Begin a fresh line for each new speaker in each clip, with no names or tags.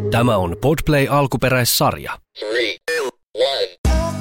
Tämä on Podplay alkuperäissarja.
3, 2, 1.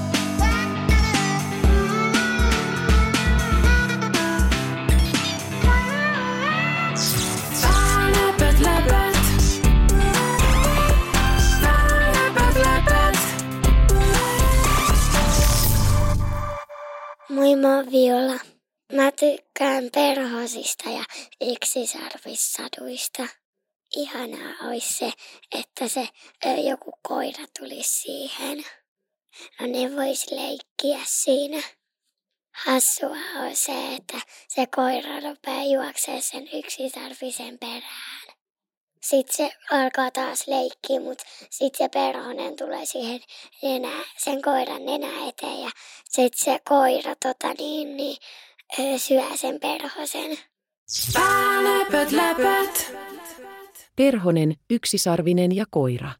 Moi, mä oon Viola. Mä tykkään perhosista ja yksisarvissaduista. Ihanaa olisi se, että joku koira tulisi siihen. No ne vois leikkiä siinä. Hassua on se, että se koira rupeaa juoksemaan sen yksisarvisen perään. Sitten se alkaa taas leikkiä, mutta sitten se perhonen tulee siihen sen koiran nenä eteen ja sitten se koira syö sen perhosen.
Perhonen, yksisarvinen ja koira.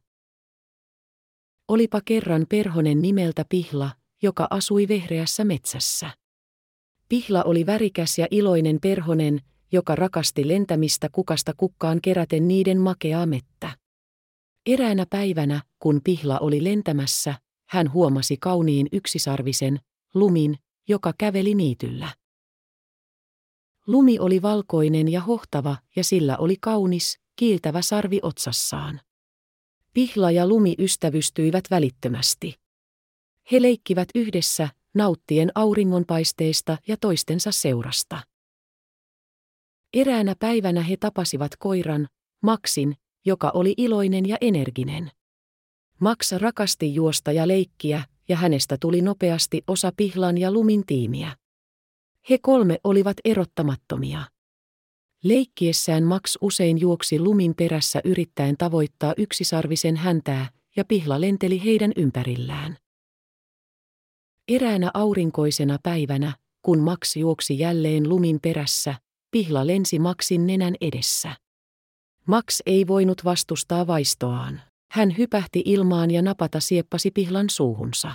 Olipa kerran perhonen nimeltä Pihla, joka asui vehreässä metsässä. Pihla oli värikäs ja iloinen perhonen, joka rakasti lentämistä kukasta kukkaan keräten niiden makeaa mettä. Eräänä päivänä, kun Pihla oli lentämässä, hän huomasi kauniin yksisarvisen, Lumin, joka käveli niityllä. Lumi oli valkoinen ja hohtava ja sillä oli kaunis, kiiltävä sarvi otsassaan. Pihla ja Lumi ystävystyivät välittömästi. He leikkivät yhdessä, nauttien auringonpaisteista ja toistensa seurasta. Eräänä päivänä he tapasivat koiran, Maxin, joka oli iloinen ja energinen. Max rakasti juosta ja leikkiä, ja hänestä tuli nopeasti osa Pihlan ja Lumin tiimiä. He kolme olivat erottamattomia. Leikkiessään Max usein juoksi Lumin perässä yrittäen tavoittaa yksisarvisen häntää, ja Pihla lenteli heidän ympärillään. Eräänä aurinkoisena päivänä, kun Max juoksi jälleen Lumin perässä, Pihla lensi Maxin nenän edessä. Max ei voinut vastustaa vaistoaan. Hän hypähti ilmaan ja napata sieppasi Pihlan suuhunsa.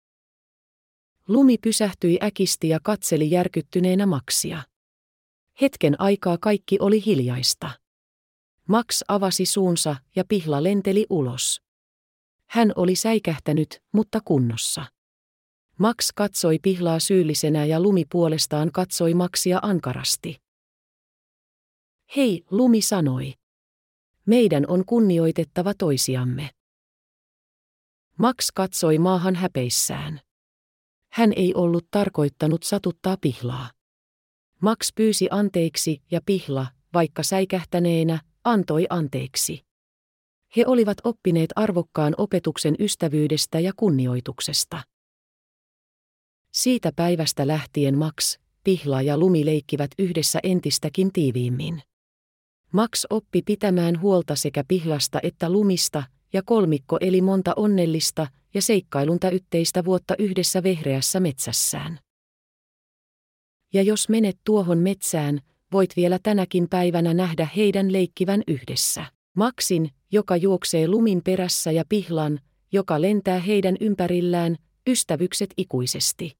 Lumi pysähtyi äkisti ja katseli järkyttyneenä Maxia. Hetken aikaa kaikki oli hiljaista. Max avasi suunsa ja Pihla lenteli ulos. Hän oli säikähtänyt, mutta kunnossa. Max katsoi Pihlaa syyllisenä ja Lumi puolestaan katsoi Maxia ankarasti. Hei, Lumi sanoi. Meidän on kunnioitettava toisiamme. Max katsoi maahan häpeissään. Hän ei ollut tarkoittanut satuttaa Pihlaa. Max pyysi anteeksi ja Pihla, vaikka säikähtäneenä, antoi anteeksi. He olivat oppineet arvokkaan opetuksen ystävyydestä ja kunnioituksesta. Siitä päivästä lähtien Max, Pihla ja Lumi leikkivät yhdessä entistäkin tiiviimmin. Max oppi pitämään huolta sekä Pihlasta että Lumista, ja kolmikko eli monta onnellista ja seikkailun täytteistä vuotta yhdessä vehreässä metsässään. Ja jos menet tuohon metsään, voit vielä tänäkin päivänä nähdä heidän leikkivän yhdessä. Maxin, joka juoksee Lumin perässä ja Pihlan, joka lentää heidän ympärillään, ystävykset ikuisesti.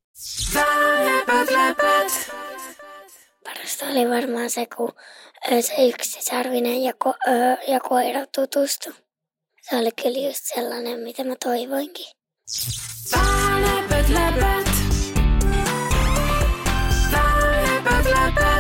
Parasta oli varmaan se, kun se yksisarvinen ja koira tutustui. Se oli kyllä just sellainen, mitä mä toivoinkin.
Läpät.